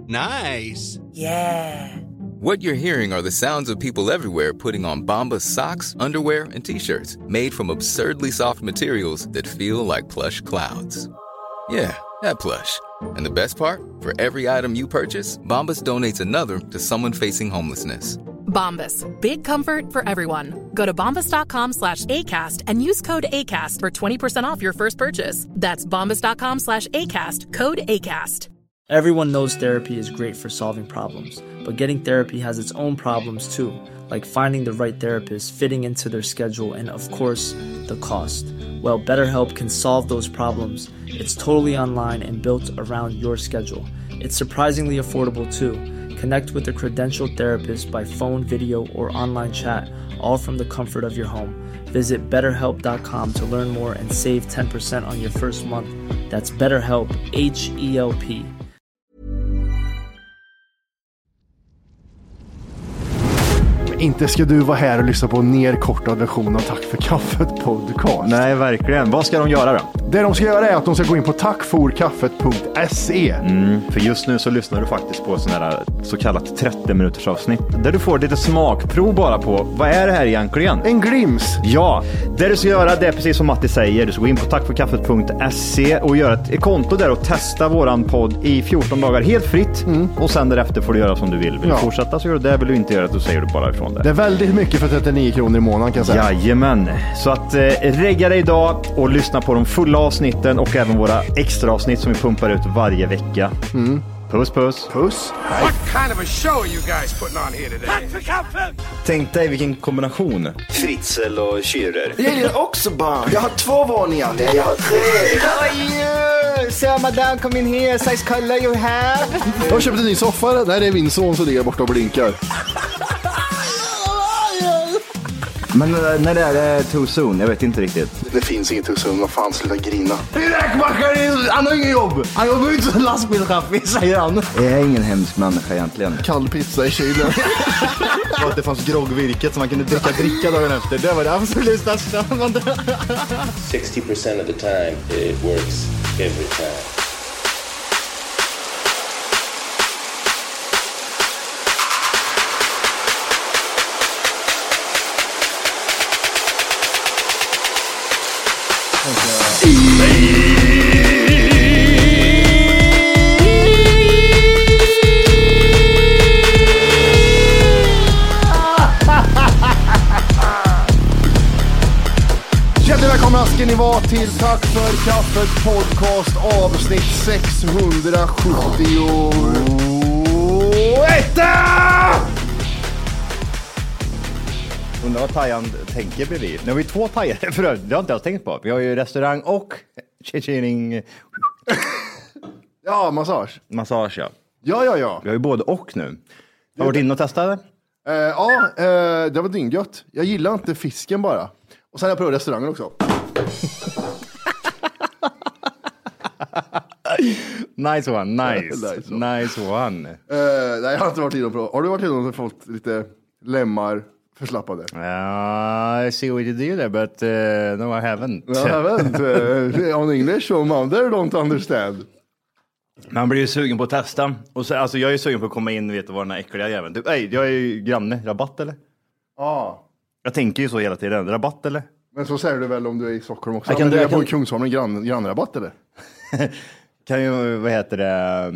Nice. Yeah. What you're hearing are the sounds of people everywhere putting on Bombas socks, underwear, and T-shirts made from absurdly soft materials that feel like plush clouds. Yeah, that plush. And the best part? For every item you purchase, Bombas donates another to someone facing homelessness. Bombas. Big comfort for everyone. Go to bombas.com/ACAST and use code ACAST for 20% off your first purchase. That's bombas.com/ACAST. Code ACAST. Everyone knows therapy is great for solving problems, but getting therapy has its own problems too, like finding the right therapist, fitting into their schedule, and of course, the cost. Well, BetterHelp can solve those problems. It's totally online and built around your schedule. It's surprisingly affordable too. Connect with a credentialed therapist by phone, video, or online chat, all from the comfort of your home. Visit BetterHelp.com to learn more and save 10% on your first month. That's BetterHelp, H-E-L-P. Inte ska du vara här och lyssna på en nerkortad version av Tack för kaffet podcast. Nej, verkligen. Vad ska de göra då? Det de ska göra är att de ska gå in på tackforkaffet.se. För just nu så lyssnar du faktiskt på sån här så kallat 30 minuters avsnitt där du får lite smakprov bara på vad är det här egentligen? En glims. Ja, det du ska göra det är precis som Matti säger. Du ska gå in på tackforkaffet.se och göra ett konto där och testa våran podd i 14 dagar helt fritt. Och sen därefter får du göra som du vill. Vill du fortsätta så gör du det. Vill du inte göra det, då säger du bara ifrån det. Det är väldigt mycket för 39 kronor i månaden kan jag säga. Jajamän. Så att regga dig idag och lyssna på de fulla avsnitten och även våra extra avsnitt som vi pumpar ut varje vecka. Puss, puss. Puss. What kind of a show are you guys putting on here today? Tack för kaffet! Tänk dig vilken kombination. Fritzl och Schürrer. Jag gillar också barn. Jag har 2 våningar. Nej, jag har 3. So madame, come in here. Size color you have. Jag har köpt en ny soffa. Nej, det är min son som ligger borta och blinkar. Men när det är too soon, jag vet inte riktigt. Det finns inget too soon, vad fan, sluta grina. Räkmackare, han har ingen jobb. Han jobbar inte som lastbilschaffis, säger han. Jag är ingen hemsk människa egentligen. Kall pizza i kylen. Och att det fanns groggvirket som man kunde dricka dagen efter. Det var det absolut största. 60% of the time it works every time. Välkomna ska ni vara till Tack för kaffet podcast avsnitt 671. Undrar vad Tajan tänker bredvid. Nu har vi 2 tajer för det har jag inte alls tänkt på. Vi har ju restaurang och tjejning. Ja, massage. Massage, ja. Ja. Vi har ju både och nu. Har du varit inne och testat det? Det var dynggött. Jag gillar inte fisken bara. Och sen har jag provat restaurangen också. Nice one, nice one. Nej, jag har inte varit inne och provat. Har du varit inne och fått lite lemmar förslappade? I see what you do there, but no, I haven't. I haven't. On English, so mother don't understand. Man blir ju sugen på att testa. Och så, alltså, jag är sugen på att komma in och veta vad den här äckliga jäveln. Typ, jag är ju granne. Rabatt eller? Ja. Jag tänker ju så hela tiden. Rabatt eller? Men så säger du väl om du är i Stockholm också. Men du är på Kungsholmen grannrabatt eller? Kan ju, vad heter det...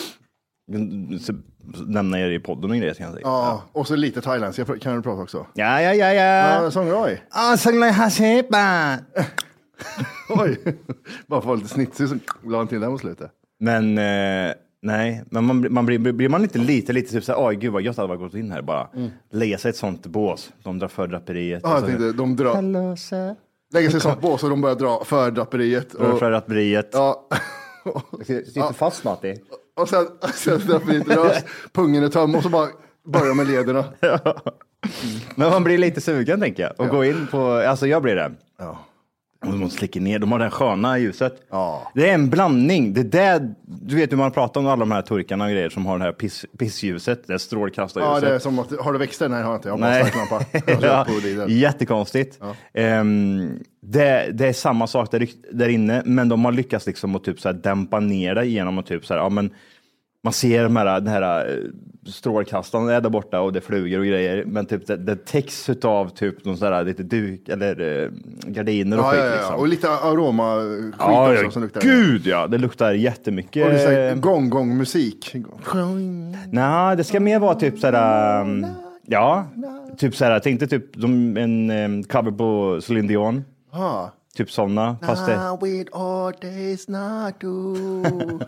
nämna er i podden och grejer kan jag säga. Ja, och så lite thailändska kan du prata också. Ja. Sångroj. Sångroj hasipa. Oj, bara få lite snitsig så la han till den på slutet. Men nej, men man blir man lite typ så här, oj gud vad gött hade gått in här bara. Lägga sig ett sånt bås. De drar för draperiet. Ja, jag tänkte, de drar. Hello, sir. Lägger sig ett sånt bås och de börjar dra för draperiet. För draperiet. Ja. Sitter fast, Matti. Och sen draperiet löst, pungen är töm och så bara börjar med lederna. Men man blir lite sugen tänker jag. Och gå in på, alltså jag blir det. Ja. Och de slicker ner, de har det här sköna ljuset. Ja. Det är en blandning. Det där, du vet hur man pratar om alla de här turkarna och grejer som har det här pissljuset, det strålkastarljuset. Ja, det är som att, har du växter? Nej, har jag inte. Jag har bara starklampa. Jättekonstigt. Ja. Det är samma sak där inne, men de har lyckats liksom att typ så här dämpa ner det genom att typ så här, ja men Man ser den här strålkastaren är där borta och det flugor och grejer. Men typ det täcks utav typ någon sån där lite duk eller gardiner och skit. Liksom. Och lite aroma också som luktar. Gud ja, det luktar jättemycket. Och det är gong musik. Nej, det ska mer vara typ sådär. Ja, typ såhär. Jag tänkte typ en cover på Celine Dion. Typ sådana. Fast det... with all days not do.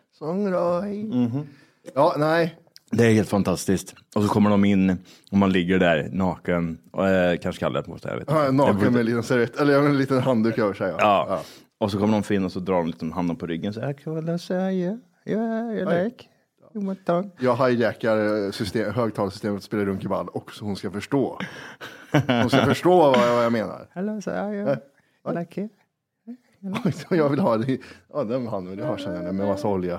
Ja, nej. Det är helt fantastiskt. Och så kommer de in och man ligger där naken och kanske kallar det på sig, jag vet inte. Naken med en liten servett eller en liten handduk över sig. Ja. Och så kommer de in och så drar de lite handen på ryggen så här, jag hijackar högtalarsystemet och spelar runkeball också, hon ska förstå. Hon ska förstå vad jag menar. Hello, sir. Like it. Jag vill ha det. Ja, den handen, det har sen med massa olja.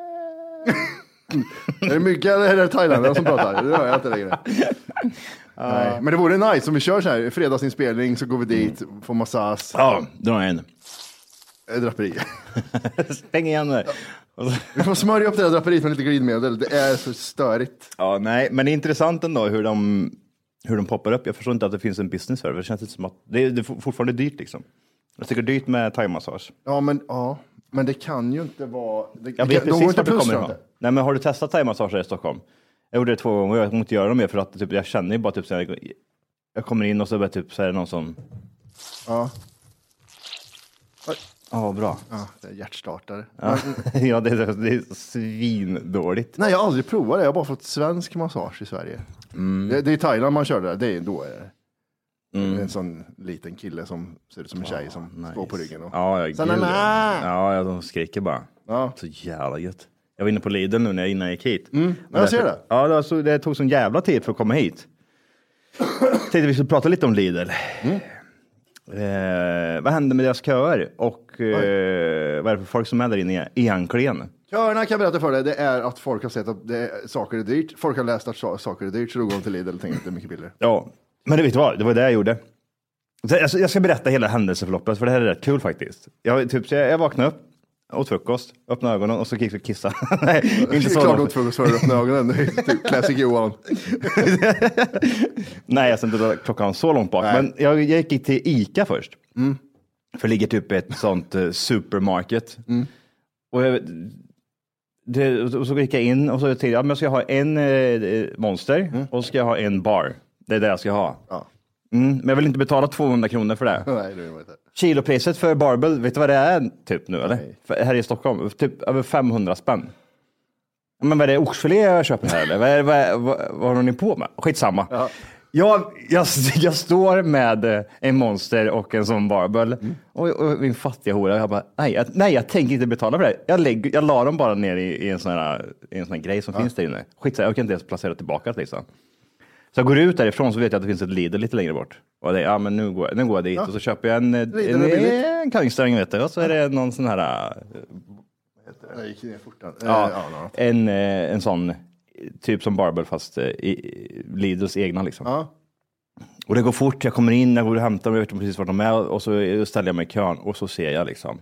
Är det mycket eller är det Thailand som pratar? Det hör jag inte längre. Nej, men det vore nice om vi kör så här fredagsinspelning så går vi dit, får massage. Ja, dra en. Draperi. Stäng igen där. Vi får smörja upp det där draperiet med lite glidmedel. Det är så störigt. Ja, nej, men det är intressant ändå hur de poppar upp. Jag förstår inte att det finns en business för det. Det känns inte som att det är fortfarande dyrt liksom. Jag tycker det är dyrt med thai-massage. Men det kan ju inte vara... Jag vet precis vad det kommer ifrån. Nej, men har du testat thai-massage i Stockholm? Jag gjorde det 2 gånger och jag kommer inte göra det mer för att typ, jag känner ju bara typ så här, jag kommer in och så typ så är det någon som... Ja. Ja, bra. Ja, det är hjärtstartare. Ja, det är svindåligt. Nej, jag har aldrig provat det. Jag har bara fått svensk massage i Sverige. Det är i Thailand man kör det. Det är då en sån liten kille som ser ut som en tjej som står på ryggen. Och... Ja, de skriker bara. Ja. Så jävla gött. Jag var inne på Lidl nu när jag gick hit. Jag ser det. Ja, det tog sån jävla tid för att komma hit. Tänkte vi skulle prata lite om Lidl. Vad hände med deras köer? Och vad är det för folk som är där inne egentligen? Köerna kan jag berätta för dig. Det är att folk har sett att saker är dyrt. Folk har läst att saker är dyrt. Så då går de till Lidl och tänker att det är mycket billigare. Ja, men det vet du vad? Det var det jag gjorde. Jag ska berätta hela händelseförloppet. För det här är rätt kul faktiskt. Jag vaknade upp, åt frukost, öppnade ögonen och så gick jag kissa. Nej, inte så. Klart åt frukost för att öppna ögonen. Det är typ classic Johan. Nej, jag ska inte dra klockan så långt bak. Nej. Men jag gick till Ica först. För det ligger typ ett sånt supermarket. Och så gick jag in och så tänkte jag ska ha en monster och så ska jag ha en bar. Det är det jag ska ha. Ja. Men jag vill inte betala 200 kronor för det. Nej, det är inte. Kilopriset för barbell, vet du vad det är typ nu eller? Här i Stockholm, typ över 500 spänn. Men vad är det, oxfilé jag köper här eller? Vad har ni på med? Skitsamma. Ja. Jag står med en monster och en sån barbell och min fattiga hora, jag bara, nej, jag tänker inte betala för det. Jag la dem bara ner i en sån här grej som finns där inne. Skitsamma, jag kan inte ens placera tillbaka liksom. Så jag går ut därifrån så vet jag att det finns ett Lidl lite längre bort. Och det, men nu går jag dit och så köper jag en kangsträng, vet du. Och så är det någon sån här... Jag gick ner fortan. En sån typ som barbell fast i Lidls egna liksom. Ja. Och det går fort, jag kommer in, jag går och hämtar, jag vet precis vart de är. Och så ställer jag mig i kön och så ser jag liksom.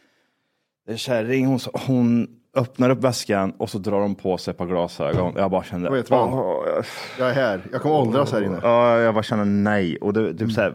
Kärring, hon öppnar upp väskan och så drar de på sig ett par glasögon. Jag bara kände... jag är här. Jag kommer åldras här inne. Ja, jag bara känner nej. Och det typ så här,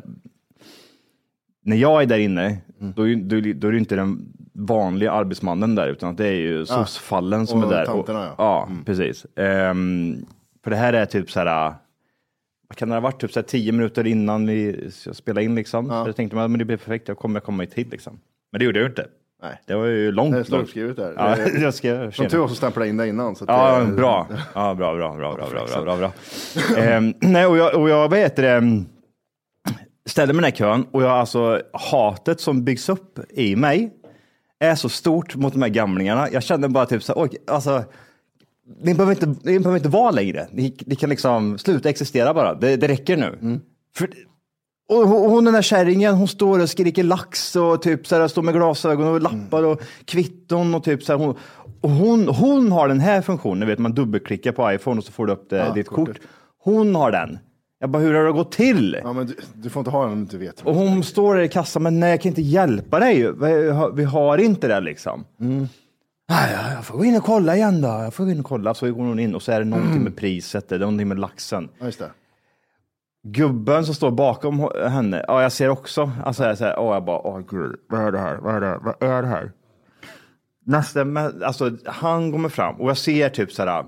när jag är där inne, då är det inte den vanliga arbetsmannen där, utan att det är ju sossfallen som är där. Tanterna, ja, precis. För det här är typ så här... Vad kan det ha varit? Typ så här 10 minuter innan vi spelade in liksom. Så jag tänkte, men det blir perfekt. Jag kommer komma i tid liksom. Men det gjorde jag inte. Nej. Det var ju långt. Det är slagskrivet där. Ja, jag skrev. Som tur så stämplade in det innan. Så ja, bra. Ja, bra. Nej, och jag vet det. Ställde mig den här kön och alltså hatet som byggs upp i mig är så stort mot de här gamlingarna. Jag kände bara typ så alltså ni behöver inte vara längre. Ni kan liksom sluta existera bara. Det räcker nu. Och hon den där kärringen, hon står och skriker lax och typ så här, står med glasögon och lappar och kvitton och typ så här, hon har den här funktionen, vet man dubbelklickar på iPhone och så får du upp ditt kort. Hon har den. Jag bara, hur har det gått till? Ja, men du får inte ha den om du inte vet. Och hon står där i kassan, men nej, jag kan inte hjälpa dig. Vi har inte det liksom. Jag får gå in och kolla igen då. Jag får gå in och kolla. Så går hon in och så är det någonting med priset. Det är någonting med laxen. Ja, just det. Gubben som står bakom henne. Ja, jag ser också. Alltså jag bara, gud, vad är det här? Vad är det här? Alltså han kommer fram och jag ser typ såhär.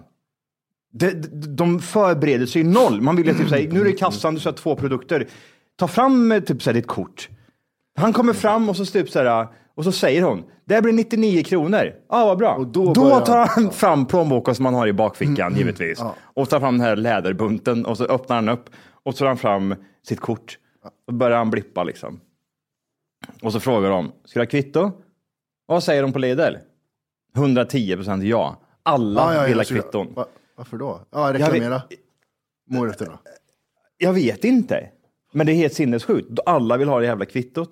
De förbereder sig noll. Man vill ju typ säga, nu är det i kassan, du ska ha 2 produkter. Ta fram typ såhär ditt kort. Han kommer fram och så typ såhär. Och så säger hon, det blir 99 kronor. Ja, vad bra. Och då tar han fram plånboken som han har i bakfickan, givetvis. Ja. Och tar fram den här läderbunten och så öppnar han upp. Och så tar han fram sitt kort. Och börjar han blippa liksom. Och så frågar de, ska du ha kvitto? Vad säger de på Lidl? 110% ja. Alla vill ha kvitton. Varför då? Ja, reklamera. Morötterna. Jag vet inte. Men det är helt sinnessjukt. Alla vill ha det jävla kvittot.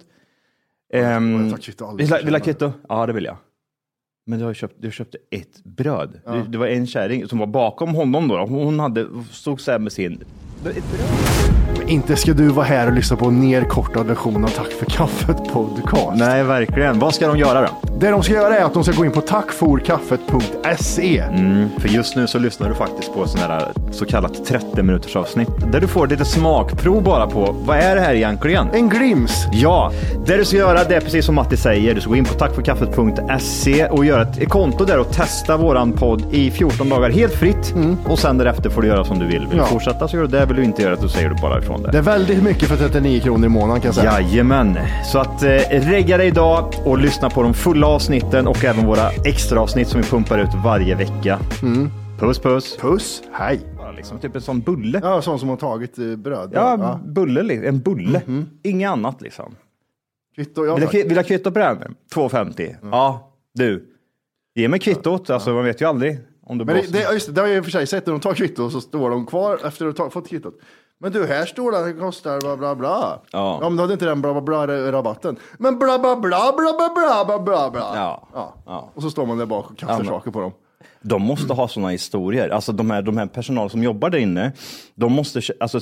Vill ha kvitto? Ja, det vill jag. Men du köpte ett bröd. Ja. Det var en kärring som var bakom honom då. Hon stod så här med sin... Ett bröd. Inte ska du vara här och lyssna på en nerkortad version av Tack för kaffet podcast. Nej, verkligen. Vad ska de göra då? Det de ska göra är att de ska gå in på tackforkaffet.se. För just nu så lyssnar du faktiskt på sån här så kallat 30 minuters avsnitt. Där du får lite smakprov bara på, vad är det här egentligen? En glims. Ja, det du ska göra det är precis som Matti säger. Du ska gå in på tackforkaffet.se och göra ett konto där och testa våran podd i 14 dagar helt fritt. Och sen därefter får du göra som du vill. Vill du fortsätta så gör du det. Vill du inte göra det så säger du bara ifrån det. Det är väldigt mycket för 39 kronor i månaden kan jag säga. Jajamän. Så att regga dig idag och lyssna på de fulla avsnitten och även våra extra avsnitt som vi pumpar ut varje vecka. Puss. Puss, hej. Bara liksom typ en sån bulle. Ja, sån som har tagit bröd. Ja, bulle, en bulle. Inget annat liksom. Kvitto, vill jag kvitto på den? 2,50. Ja, du. Ge mig kvittot, alltså man vet ju aldrig. Om du men det har jag i och för sig sett när de tar kvitto så står de kvar efter att ha fått kvittot. Men du, här står det kostar bla bla bla. Ja, men då hade inte den bla bla bla rabatten. Men bla bla bla bla bla bla bla bla. Ja. Och så står man där bak och kastar saker på dem. De måste ha såna historier. Alltså de här personal som jobbar där inne, de måste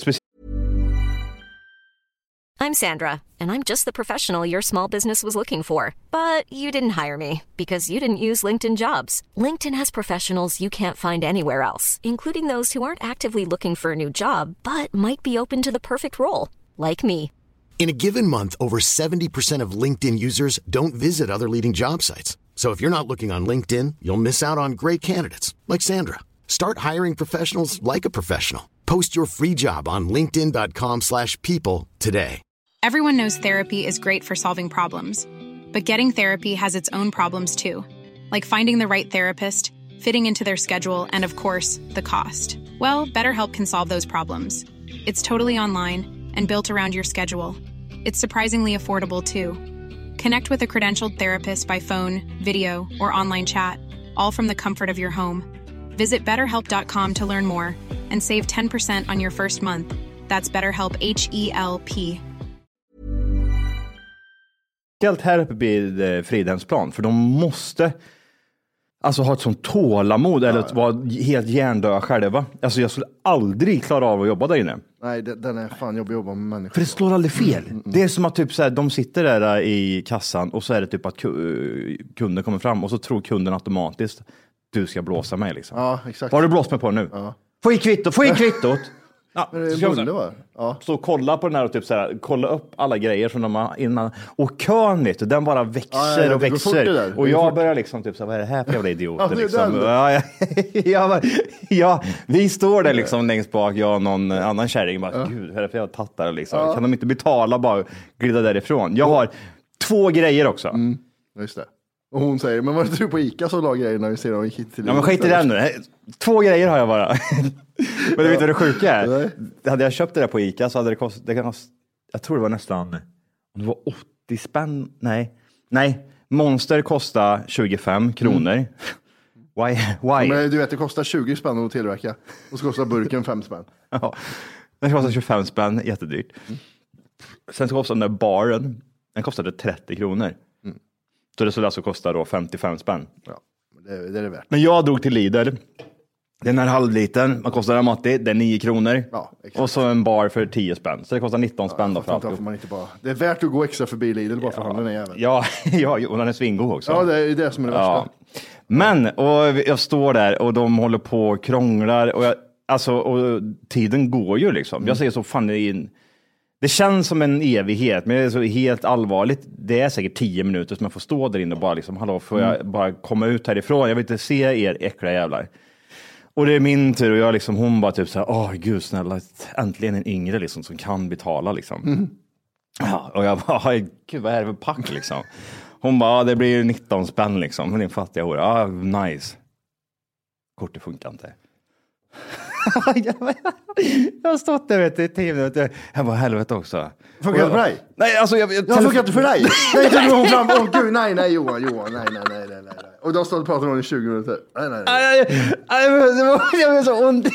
I'm Sandra, and I'm just the professional your small business was looking for. But you didn't hire me because you didn't use LinkedIn Jobs. LinkedIn has professionals you can't find anywhere else, including those who aren't actively looking for a new job, but might be open to the perfect role, like me. In a given month, over 70% of LinkedIn users don't visit other leading job sites. So if you're not looking on LinkedIn, you'll miss out on great candidates, like Sandra. Start hiring professionals like a professional. Post your free job on linkedin.com/people today. Everyone knows therapy is great for solving problems, but getting therapy has its own problems too, like finding the right therapist, fitting into their schedule, and of course, the cost. Well, BetterHelp can solve those problems. It's totally online and built around your schedule. It's surprisingly affordable too. Connect with a credentialed therapist by phone, video, or online chat, all from the comfort of your home. Visit BetterHelp.com to learn more and save 10% on your first month. That's BetterHelp, H-E-L-P. Helt här uppe vid Fridhemsplan, för de måste alltså ha ett sånt tålamod eller vara helt hjärndöda själva. Alltså jag skulle aldrig klara av att jobba där inne. Nej, den är fan jobbig att jobba med människor. För det slår aldrig fel. Det är som att typ så här, de sitter där i kassan och så är det typ att kunden kommer fram och så tror kunden automatiskt du ska blåsa mig liksom. Ja, exakt. Vad har du blåst mig på nu? Ja. Få i kvittot. Ja, Ja. Så kolla på den här och typ så här, kolla upp alla grejer som de har innan. Och kön vet du, den bara växer och växer. Och jag börjar liksom typ så här, vad är det här för jävla idioter liksom? Ja, vi står där liksom längst bak, jag och någon annan kärring bara, gud, vad är det för jävla tattare liksom? Kan de inte betala bara glida därifrån? Jag har 2 grejer också. Just det. Och hon säger, men var det du på Ica som la grejerna vi ser om vi gick till? Ja, men skit i den nu. 2 grejer har jag bara. Men du vet vad det sjuka är? Nej. Hade jag köpt det där på Ica så hade det kostat, jag tror det var nästan, det var 80 spänn. Nej. Monster kostar 25 kronor. Why? Men du vet, det kostar 20 spänn att tillverka. Och så kostar burken 5 spänn. Ja, den kostar 25 spänn, jättedyrt. Sen så kostar den där baren, den kostade 30 kronor. Så det skulle alltså kosta då 55 spänn. Ja, det är det värt. Men jag drog till Lidl. Den här halvliten, vad kostar den Matti? Det är 9 kronor. Ja, och så en bar för 10 spänn. Så det kostar 19 spänn då för allt. Man inte bara... Det är värt att gå extra förbi Lidl bara för att handla den jäveln. Ja, och den är svingod också. Ja, det är det som är det värsta. Men, och jag står där och de håller på och krånglar och tiden går ju liksom. Jag säger så, fan det känns som en evighet, men det är så helt allvarligt. Det är säkert 10 minuter som jag får stå där inne och bara liksom, hallå, får jag bara komma ut härifrån? Jag vill inte se er äckliga jävlar. Och det är min tur och jag liksom, hon bara typ så här, gud snälla, äntligen en yngre liksom som kan betala liksom. Ja, och jag bara, gud vad är det för pack liksom? Hon bara, det blir 19 spänn liksom. Men det är en fattiga hora. Nice. Kortet funkar inte. Jag har stått där vet du, i 10 minuter. Jag bara, helvete också. Funkar det för dig? Nej, alltså jag funkar inte för dig. Nej, inte hon fram. Gud, nej, Johan, nej. Och då stod och pratade om i 20 minuter. Nej. Jag blev så ont.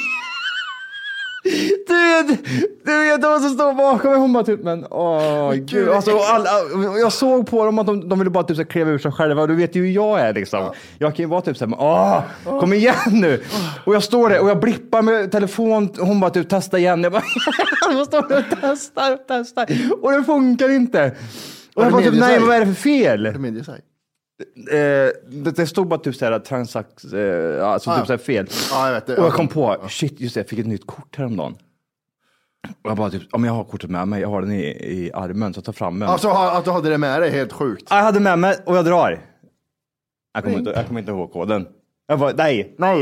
Du vet vad som står bakom mig. Hon bara typ, men gud. Alltså, jag såg på dem att de ville bara typ så kliva ur sig själva. Du vet ju hur jag är liksom. Jag kan ju vara typ så här, kom igen nu. Och jag står där och jag blippar med telefon. Hon bara typ, testa igen. Jag bara, jag står där och testar. Och det funkar inte. Och jag bara typ, nej, vad är det för fel? Det medger sig. Det stod bara typ såhär typ såhär fel. Ja, jag vet det. Och jag kom på, shit, just det, jag fick ett nytt kort häromdagen. Och jag bara typ, jag har kortet med mig, jag har den i armen, så jag tar fram den. Alltså att du hade det med dig, helt sjukt. Jag hade med mig och jag drar. Jag kommer inte ihåg koden. Jag bara, nej, vänta,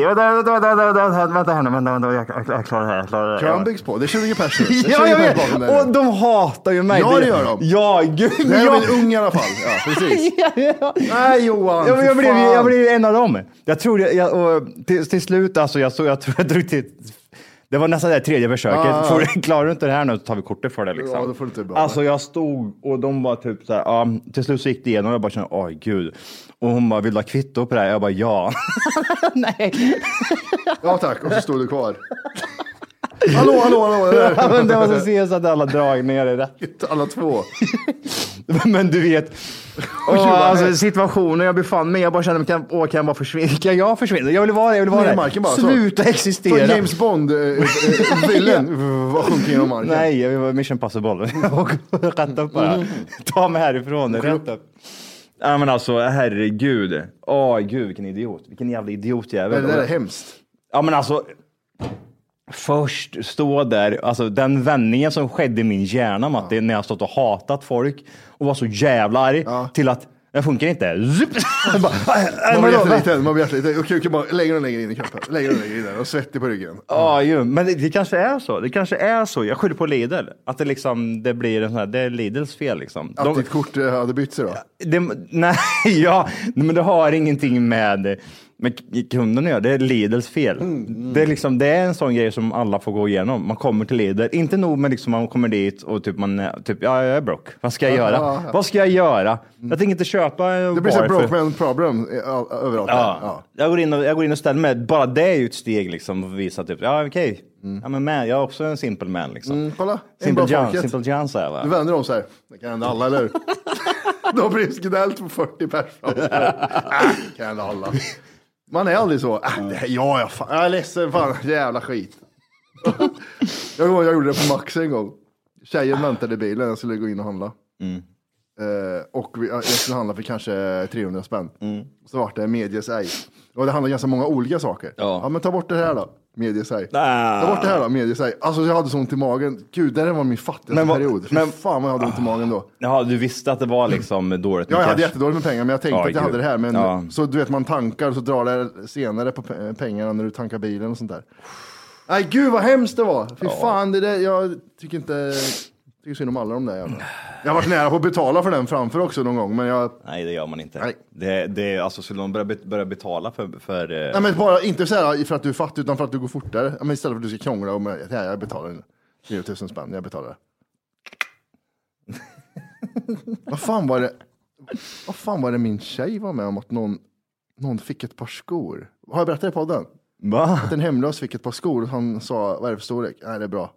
jag klarar det här. Kran byggs på, det är 20 personer. Ja, jag vet, och de hatar ju mig. Ja, det gör de. Ja, gud. Det är en ung i alla fall, ja, precis. Nej, Johan, jag blev en av dem. Jag tror, till slut, alltså, jag tror jag drog till. Det var nästan det tredje försöket. Klarar du inte det här nu så tar vi kortet för det liksom. Ja, det får inte bra. Alltså jag stod och de var typ så här, till slut så gick det igenom och jag bara kände, gud. Och hon bara, vill du ha kvitto på det här? Jag bara, ja. Nej. Ja tack, och så stod du kvar. Hallå. Ja, men det var så ses att alla dragningar är rätt. Alla två. Men du vet, alltså, situationen jag befann mig, jag bara kände mig, kan jag bara försvinna? Kan jag försvinna? Jag vill vara där. Sluta existera. För James Bond villen vad sjunker genom marken? Nej, jag vill vara Mission Possible. Och rätt upp bara. Ta mig härifrån, rätt upp. Ja men alltså, herregud. Gud, vilken idiot. Vilken jävla idiotjävel. Det där är hemskt. Ja men alltså, först stå där, alltså den vändningen som skedde i min hjärna, Matti, när jag stått och hatat folk och var så jävla arg till att det funkar inte. Man blir jätteliten. Okej, bara lägger den in i kroppen. Lägger den in där och svettig på ryggen. Men det kanske är så. Det kanske är så. Jag skyller på Lidl. Att det liksom, det blir en sån här, det är Lidls fel liksom. Att ditt kort hade bytt sig då? Men det har ingenting med kunden gör. Det är Lidls fel. Det är liksom, det är en sån grej som alla får gå igenom. Man kommer till Lidl, inte nog med liksom man kommer dit och typ jag är broke. Vad ska jag göra? Vad ska jag göra? Jag tänker inte köpa det blir så broke man problem överallt. Jag går in och ställer mig. Bara det är ju ett steg liksom att visa typ, okej. Ja men jag är också en simple man liksom. Kolla. Simple John så här, va? Du vänder om så här. Det kan hända alla, eller hur? Då blir det skrädelt på 40 personer. Det kan hända alla. Man är aldrig så. Jag är ledsen, fan, jävla skit. Jag gjorde det på Max en gång. Tjejen väntade i bilen, jag skulle gå in och handla. Och jag skulle handla för kanske 300 spänn. Så var det medias ej. Och det handlar ganska många olika saker. Ja, men ta bort det här då. Medias ej. Ta bort det här då, medias ej. Alltså jag hade så ont i magen. Gud, det var min fattigaste period. Men fan vad jag hade ont i magen då. Ja, du visste att det var liksom dåligt med jag hade jättedåligt med pengar, men jag tänkte att jag hade det här. Men så du vet, man tankar och så drar det senare på pengarna när du tankar bilen och sånt där. Nej, gud vad hemskt det var. Fy fan, det där, jag tycker inte... Jag tycker synd om alla de där jävla. Jag har varit nära på att betala för den framför också någon gång, men jag... Nej, det gör man inte. Det alltså, skulle de börja betala för... Nej, men bara inte så här för att du är fattig, utan för att du går fortare. Men istället för att du ska krångla och jag betalar 4 000 spänn, jag betalar. Vad fan var det min tjej var med om att någon fick ett par skor? Har jag berättat det i podden? Va? Att en hemlös fick ett par skor och han sa, vad är det för storlek? Nej, det är bra.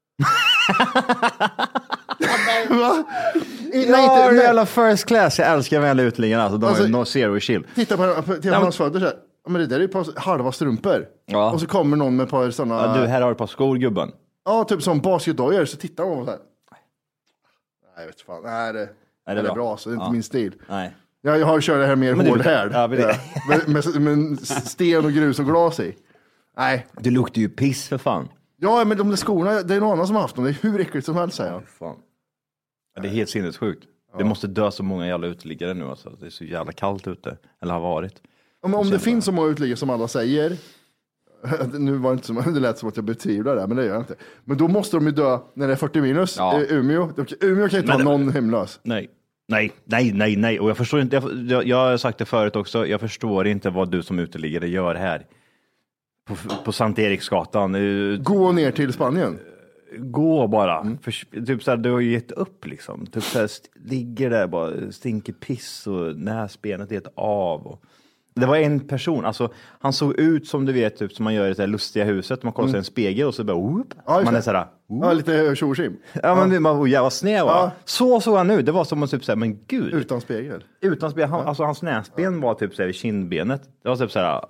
Va? Nej, inte jävla first class. Jag älskar väl utlingen, alltså. De är no zero chill. Titta på hans fötter så här. Men det där är ju på halva strumpor. Och så kommer någon med ett par sådana... Ja, du, här har du ett par skor, gubben. Ja, typ som basketdojer. Så tittar man så här. Nej, vet fan. Nej, det är bra, så det är inte min stil. Nej. Jag har kört det här mer hårdhärd. Ja, med sten och grus och glas i. Nej. Det luktar ju piss för fan. Ja, men de där skorna, det är någon annan som har haft dem. Det är hur äckligt som helst, säger jag. Fan. Ja, det är helt sinnessjukt. Ja. Det måste dö så många jävla uteliggare nu. Alltså. Det är så jävla kallt ute. Eller har varit. Om det finns så många uteliggare som alla säger. Nu var det inte som det lät som att jag betvivlar det, men det gör jag inte. Men då måste de ju dö när det är 40 minus. Ja. Umeå kan ju inte ha någon hemlös. Nej. Och jag förstår inte, jag har sagt det förut också, jag förstår inte vad du som uteliggare gör här. På Sankt Eriksgatan. Gå ner till Spanien. Gå bara. Typ såhär, du har ju gett upp liksom. Typ såhär, ligger där bara, stinker piss och näsbenet är ett av. Och det var en person, alltså han såg ut som du vet, typ som man gör i det här lustiga huset. Man kollar sig i en spegel och så bara, man är såhär, ja, lite tjosim. Ja, men man jävla snäv. Ja. Så såg han ut, det var som man typ såhär, men gud. Utan spegel. Alltså hans näsben var typ såhär i kindbenet. Det var typ såhär,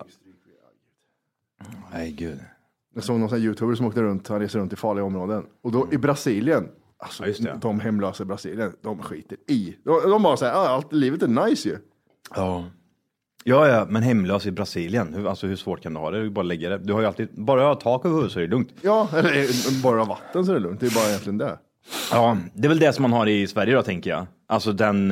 nej gud. Jag såg någon sån här YouTuber som åkte runt, han reser runt i farliga områden. Och då i Brasilien, alltså de hemlösa i Brasilien, de skiter i. De bara säger, allt livet är nice ju. Ja, men hemlös i Brasilien, hur svårt kan du ha det? Du bara lägger det. Du har ju alltid, bara ha tak över huvudet så är det lugnt. Ja, eller bara vatten så är det lugnt. Det är bara egentligen det. Ja, det är väl det som man har i Sverige då, tänker jag. Alltså den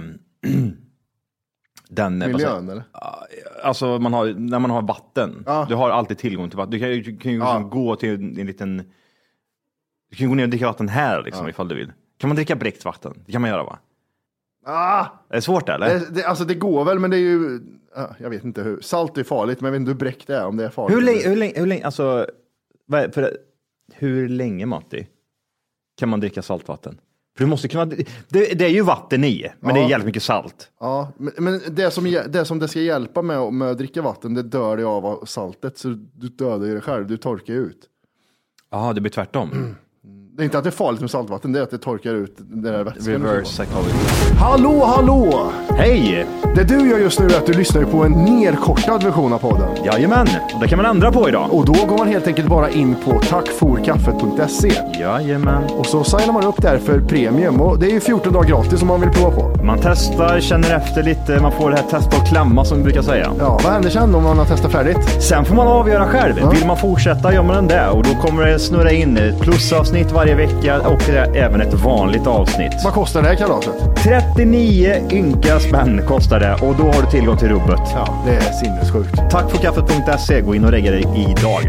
miljön eller? Alltså när man har vatten. Du har alltid tillgång till vatten. Du kan ju liksom gå till en liten. Du kan gå ner och dricka vatten här liksom, ifall du vill. Kan man dricka bräckt vatten? Det kan man göra, va? Är det svårt eller? Alltså det går väl, men det är ju jag vet inte hur. Salt är farligt, men jag vet inte hur bräckt det är, om det är farligt. Hur länge alltså hur länge, Matti, kan man dricka saltvatten? För du måste kunna, det är ju vatten i, men det är jävligt mycket salt. Ja, men det som det ska hjälpa med att dricka vatten, det dör det av saltet, så du dödar ju dig själv, du torkar ut. Ja, det blir tvärtom. Det är inte att det är farligt med saltvatten, det är att det torkar ut den där vätskan. Reverse psychology. Hallå! Hej! Det du gör just nu är att du lyssnar på en nerkortad version av podden. Jajamän, och det kan man ändra på idag. Och då går man helt enkelt bara in på tackforkaffet.se. Jajamän. Och så signar man upp där för premium. Och det är ju 14 dagar gratis om man vill prova på. Man testar, känner efter lite, man får det här testa och klämma som vi brukar säga. Ja, vad händer sen om man har testat färdigt? Sen får man avgöra själv. Ja. Vill man fortsätta, gör man den där. Och då kommer det snurra in ett plusavsnitt varje vecka och även ett vanligt avsnitt. Vad kostar det här kalaset? 39 ynka spänn kostar det och då har du tillgång till rubbet. Ja, det är sinnessjukt. Tackforkaffet.se, gå in och regga dig idag.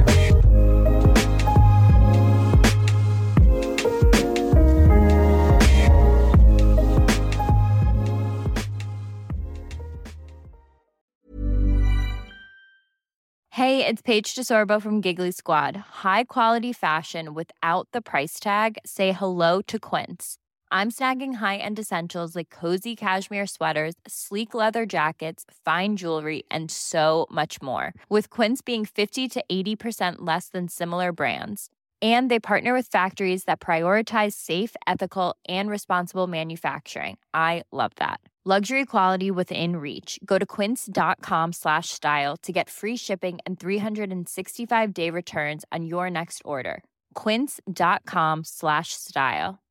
Hey, it's Paige DeSorbo from Giggly Squad. High quality fashion without the price tag. Say hello to Quince. I'm snagging high-end essentials like cozy cashmere sweaters, sleek leather jackets, fine jewelry, and so much more. With Quince being 50 to 80% less than similar brands. And they partner with factories that prioritize safe, ethical, and responsible manufacturing. I love that. Luxury quality within reach. Go to quince.com/style to get free shipping and 365-day returns on your next order. Quince.com/style.